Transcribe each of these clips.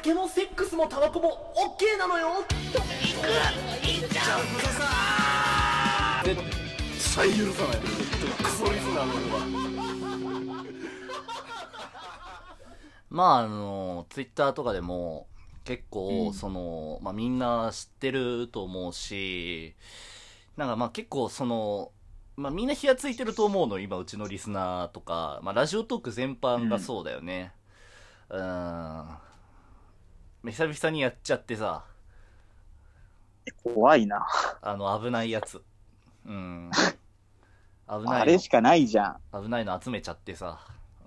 酒もセックスもタバコも OK なのよ。 いっちゃうぞさ絶対許さない。クソリスナーの俺は。まあツイッターとかでも結構、みんな知ってると思うし、なんかまあ結構みんな火がついてると思うの、今うちのリスナーとか、ラジオトーク全般がそうだよね。久々にやっちゃってさ。 怖いな。 危ないやつ。危ないの。 あれしかないじゃん。危ないの集めちゃってさ。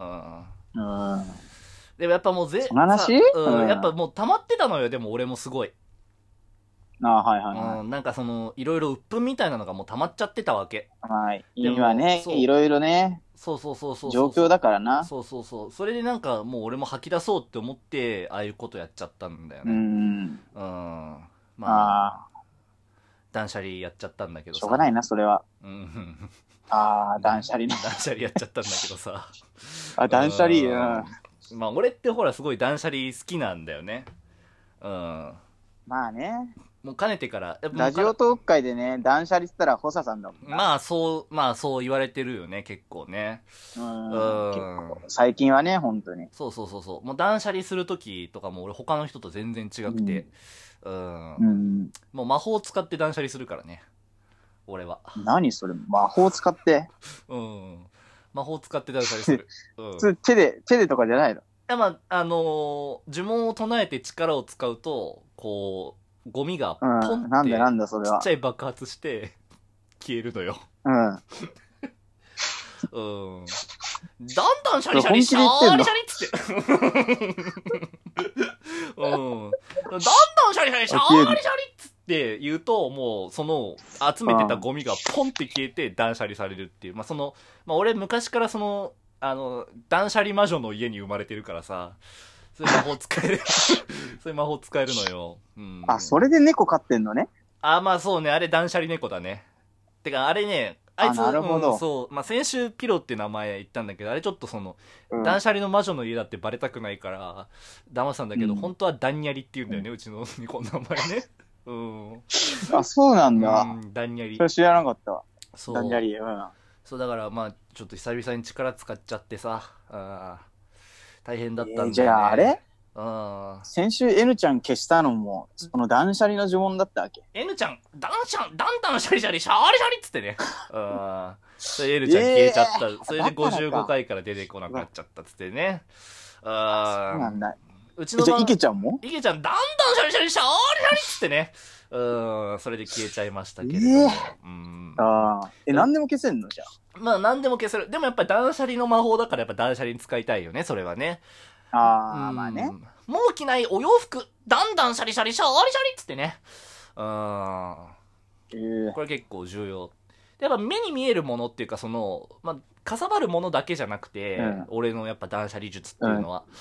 でもやっぱもうその話？ やっぱもう溜まってたのよ、でも俺もすごい。 はいはい。 なんかいろいろ鬱憤みたいなのがもう溜まっちゃってたわけ。 はい。今ね、いろいろね。 そう。 状況だからな。 そう。それでなんかもう俺も吐き出そうって思って、ああいうことやっちゃったんだよね。断捨離やっちゃったんだけどさ。 しょうがないな、それは。断捨離ね。 断捨離やっちゃったんだけどさ。 断捨離、 俺ってほらすごい断捨離好きなんだよね。 まあね。 もうかねてから。 ラジオトーク界でね、断捨離したら補佐さんだもんな。 そう言われてるよね、結構ね。 結構最近はね、本当に。 そう。もう断捨離するときとかも俺他の人と全然違くて。もう魔法を使って断捨離するからね。俺は。 何それ、魔法使って。 魔法使って断捨離する。 手でとかじゃないの？ いや、呪文を唱えて力を使うと、こう、ゴミがポンって、 なんだそれは。 ちっちゃい爆発して、消えるのよ。だんだんシャリシャリシャリシャリっつって。だんだんシャリシャリシャリシャリっつって言うと、もう、集めてたゴミがポンって消えて断捨離されるっていう。俺昔から断捨離魔女の家に生まれてるからさ、そういう魔法使える。そういう魔法使えるのよ。 それで猫飼ってんのね。 そうね、あれ断捨離猫だね。てか、あれね、あいつ、 なるほど。 先週ピロって名前言ったんだけど、あれちょっと断捨離の魔女の家だってバレたくないから、騙したんだけど、本当はダンニャリって言うんだよね、うちの猫の名前ね。 そうなんだ。 ダンニャリ。 それ知らなかったわ。 そう。 ダンニャリ。 そう、だから、ちょっと久々に力使っちゃってさ、大変だったんだよね。 じゃああれ？先週 N ちゃん消したのも、その断捨離の呪文だったわけ？ N ちゃん、だんシャリシャリシャーリシャリっつってね。それ N ちゃん消えちゃった。それで55回から出てこなくなっちゃったっつってね。 そうなんだ。 うちのじゃあ、イケちゃんも？ イケちゃん、だんシャリシャリシャーリシャリっつってね。それで消えちゃいましたけれども。 何でも消せんのじゃあ。何でも消せる。でもやっぱり断捨離の魔法だからやっぱ断捨離に使いたいよね、それはね。 まあね。 もう着ないお洋服、だんだんシャリシャリシャーリシャリっつってね。これ結構重要。やっぱ目に見えるものっていうかかさばるものだけじゃなくて、俺のやっぱ断捨離術っていうのは。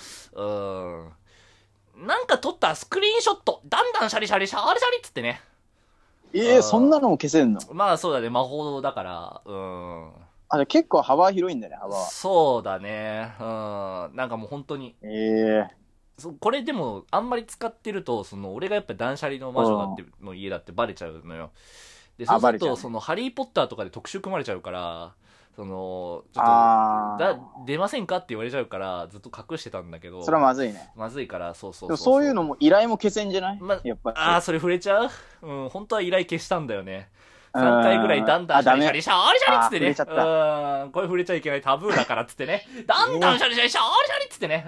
なんか撮ったスクリーンショット、だんだんシャリシャリシャーリシャリっつってね。 そんなのも消せんの？ そうだね、魔法だから、 じゃ結構幅広いんだね、幅は。 そうだね。なんかもう本当に。これでも、あんまり使ってると、俺がやっぱ断捨離の魔女だっての家だってバレちゃうのよ。で、そうすると、ハリーポッターとかで特集組まれちゃうから、ちょっと、出ませんかって言われちゃうから、ずっと隠してたんだけど。 それはまずいね。 まずいから、そう。 そういうのも依頼も消せんじゃない？やっぱり。 それ触れちゃう？本当は依頼消したんだよね。3回ぐらいだんだんシャリシャリシャーリシャリっつってね。これ触れちゃいけないタブーだからっつってね。だんだんシャリシャリシャーリシャリっつってね。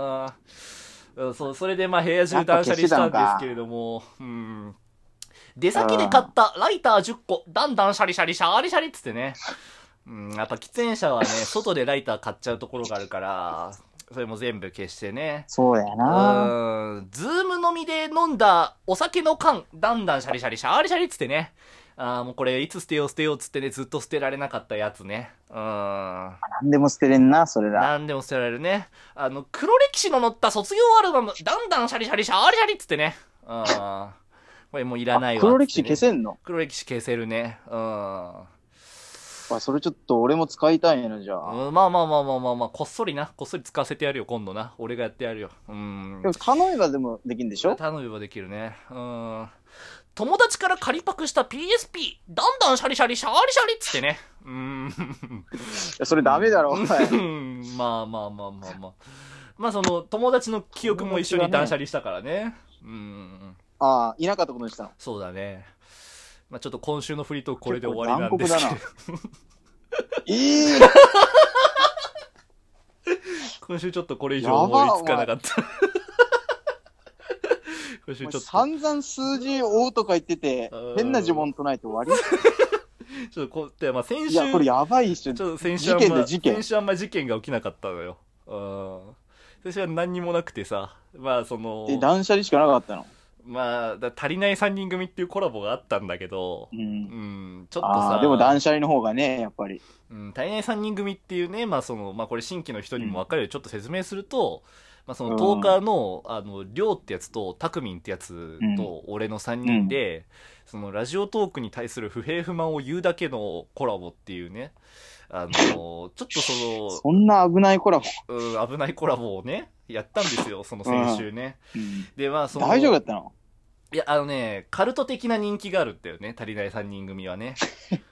それで部屋中断捨離したんですけれども、出先で買ったライター10個、だんだんシャリシャリシャーリシャリっつってね。やっぱ喫煙者はね、外でライター買っちゃうところがあるから、それも全部消してね。 そうやな。 ズーム飲みで飲んだお酒の缶、だんだんシャリシャリシャーリシャリっつってね。もうこれいつ捨てようっつってね、ずっと捨てられなかったやつね。 なんでも捨てれんな、それだ。 なんでも捨てられるね。黒歴史の載った卒業アルバム、だんだんシャリシャリシャーリシャリっつってね。これもういらないわ、ね。 黒歴史消せんの？ 黒歴史消せるね。 あ、それちょっと俺も使いたいな、じゃあ。 まあ、こっそり使わせてやるよ、今度な。俺がやってやるよ。 でも頼めばでもできるんでしょ？ 頼めばできるね。友達から借りパクした PSP、だんだんシャリシャリシャリシャリっつってね。 いやそれダメだろ、お前。 まあ。まあその、友達の記憶も一緒に断捨離したからね。 ああ、いなかったことにしたの。 そうだね。まあちょっと今週のフリートークこれで終わりなんですけど。今週ちょっとこれ以上思いつかなかった。今週ちょっと。 散々数字を追うとか言ってて、変な呪文唱えて終わりちょっとまあ先週。 いや、これやばいっしょ。 ちょっと先週あんま事件が起きなかったのよ。先週は何にもなくてさ。まあその。 断捨離しかなかったの？ まあ、足りない3人組っていうコラボがあったんだけど、ちょっとさ。 でも断捨離の方がね、やっぱり。 足りない3人組っていうね、まあその、まあこれ新規の人にも分かるようにちょっと説明すると、まあそのトーカーの、りょうってやつと、たくみんってやつと、俺の3人で、そのラジオトークに対する不平不満を言うだけのコラボっていうね、ちょっとそんな危ないコラボ危ないコラボをね、やったんですよ、その先週ね。で、まあその。 大丈夫だったの？ いや、カルト的な人気があるってよね、足りない3人組はね。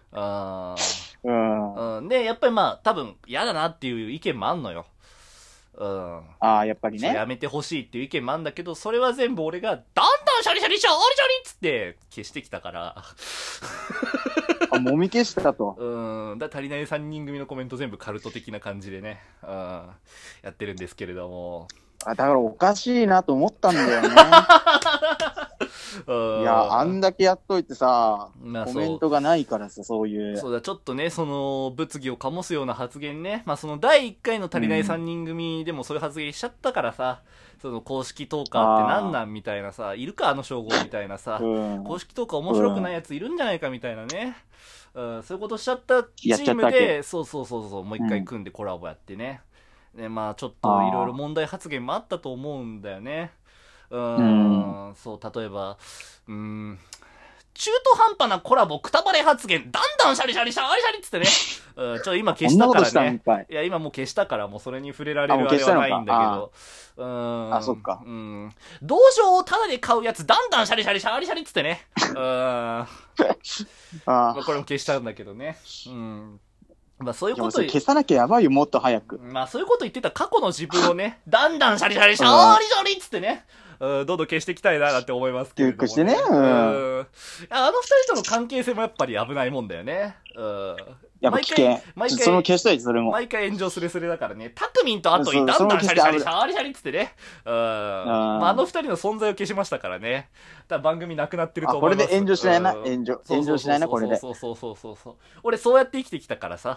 で、やっぱりまあ、多分、嫌だなっていう意見もあんのよ。 やっぱりね。 やめてほしいっていう意見もあんだけど、それは全部俺が、だんだんシャリシャリシャリシャリっつって消してきたから。 もみ消したと。 足りない3人組のコメント全部カルト的な感じでね、やってるんですけれども。 だからおかしいなと思ったんだよね。いや、あんだけやっといてさ、コメントがないからさ、そういう。 そうだ、ちょっとね、その、物議を醸すような発言ね。まあ、その、第1回の足りない3人組でもそういう発言しちゃったからさ、その、公式トーカーってなんなんみたいなさ、いるかあの称号みたいなさ、公式トーカー面白くないやついるんじゃないかみたいなね。そういうことしちゃったチームで、そう、もう一回組んでコラボやってね。で、まあ、ちょっといろいろ問題発言もあったと思うんだよね。そう、例えば、中途半端なコラボくたばれ発言、だんだんシャリシャリシャリシャリっつってね。今消したからね。いや、今もう消したからもうそれに触れられるあれはないんだけど。 そっか。 道場をタダで買うやつ、だんだんシャリシャリシャリシャリっつってね。まあこれも消したんだけどね。まあそういうこと消さなきゃやばいよ、もっと早く。 まあそういうこと言ってた過去の自分をね、だんだんシャリシャリシャリシャリっつってね。どんどん消していきたいなって思いますけれども、ね。 してね。 あの二人との関係性もやっぱり危ないもんだよね。 やっぱ危険。その消したい、それも。 毎回炎上すれすれだからね。タクミンとアトイ、だんだんシャリシャリシャリシャリっつってね。あの二人の存在を消しましたからね。番組なくなってると思います。 これで炎上しないな。炎上しないな、これで。 そう。俺そうやって生きてきたからさ。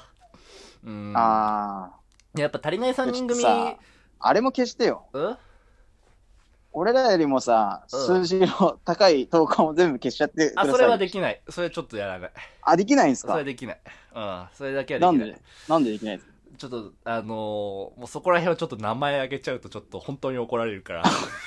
やっぱ足りない3人組。 あれも消してよ。俺らよりもさ、数字の高い投稿も全部消しちゃってください。 それはできない。それはちょっとやらない。 できないんすか？ それはできない。それだけはできない。 なんでできないんですか？ ちょっと、もうそこら辺はちょっと名前あげちゃうとちょっと本当に怒られるから。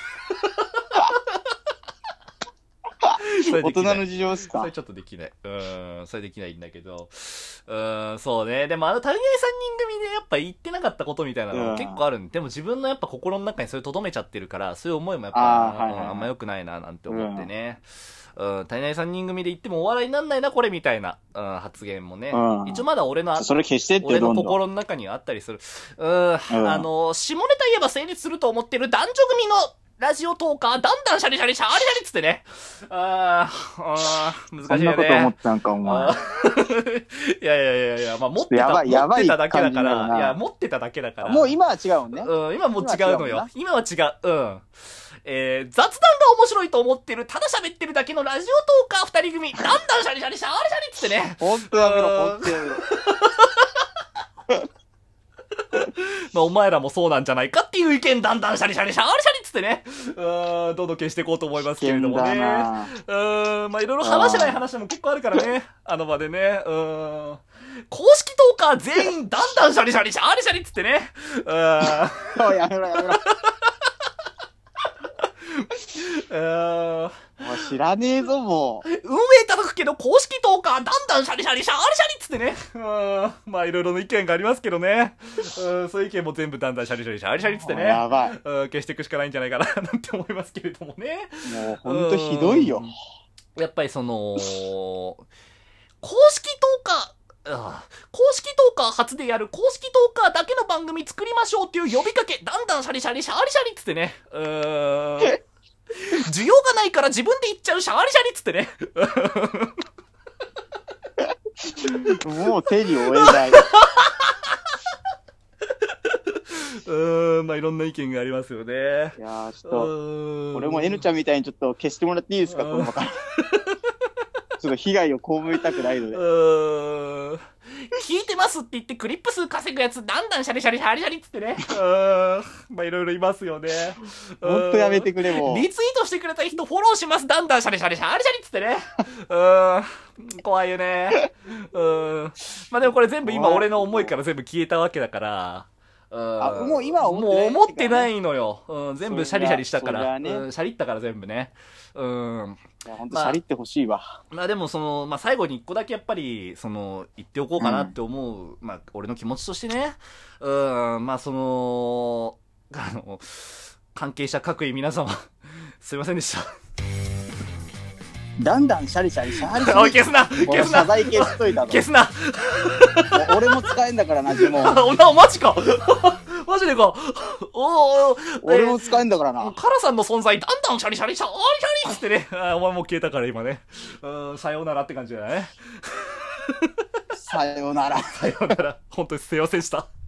大人の事情ですか？ それちょっとできない。それできないんだけど。そうね。でも足りない3人組でやっぱ言ってなかったことみたいなの結構あるんで、でも自分のやっぱ心の中にそれ留めちゃってるから、そういう思いもやっぱ、あんま良くないななんて思ってね。足りない3人組で言ってもお笑いになんないな、これみたいな、発言もね。一応まだ俺の心の中にはあったりする。下ネタ言えば成立すると思ってる男女組のラジオトーカー、だんだんシャリシャリシャリシャリっつってね。難しいよね。そんなこと思ったんか、お前。 いや、まあ、持ってただけだから。いや、持ってただけだから。 もう今は違うもんね。 今もう違うのよ。今は違う。雑談が面白いと思ってる、ただ喋ってるだけのラジオトーカー2人組、だんだんシャリシャリシャリシャリっつってね。 ほんとやめろ、ほんとやめろ。 まあお前らもそうなんじゃないかっていう意見、だんだんシャリシャリシャリシャリっつってね、どんどん消していこうと思いますけれどもね。まあいろいろ話せない話も結構あるからね、あの場でね。公式トーカー全員、だんだんシャリシャリシャリシャリっつってね。 やめろ。 もう知らねえぞ、もう。 運営叩くけど公式トーカー、だんだんシャリシャリ、シャリシャリっつってね。まあいろいろの意見がありますけどね。そういう意見も全部だんだんシャリシャリ、シャリシャリっつってね。 やばい。 消していくしかないんじゃないかな、なんて思いますけれどもね。 もうほんとひどいよ。 やっぱりその、公式トーカー、公式トーカー初でやる公式トーカーだけの番組作りましょうっていう呼びかけ、だんだんシャリシャリ、シャリシャリっつってね。需要がないから自分で言っちゃうシャリシャリっつってね。 もう手に負えない。 まあいろんな意見がありますよね。 いやー、ちょっと、俺も N ちゃんみたいにちょっと消してもらっていいですか、この場から。ちょっと被害を被りたくないので。 聞いてますって言ってクリップ数稼ぐやつ、だんだんシャリシャリシャリシャリっつってね。まあいろいろいますよね。 ほんとやめてくれ、もう。 リツイートしてくれた人フォローします、だんだんシャリシャリシャリシャリっつってね。怖いよね。まあでもこれ全部今俺の思いから全部消えたわけだから。 もう今はもう思ってないのよ。全部シャリシャリしたから。シャリったから全部ね。 いや、ほんとシャリってほしいわ。 まあでもまあ最後に一個だけやっぱり、言っておこうかなって思う、まあ俺の気持ちとしてね。まあ関係者各位皆様、すいませんでした。 だんだんシャリシャリシャリシャリ。 おい、消すな消すな謝罪消しといたの。 消すな俺も使えんだからな、呪文。 マジかマジでか俺も使えんだからな。 カラさんの存在、だんだんシャリシャリシャリシャリっつってね。お前もう消えたから今ね。さようならって感じだね。 さようなら。 さようなら。本当にすいませんでした。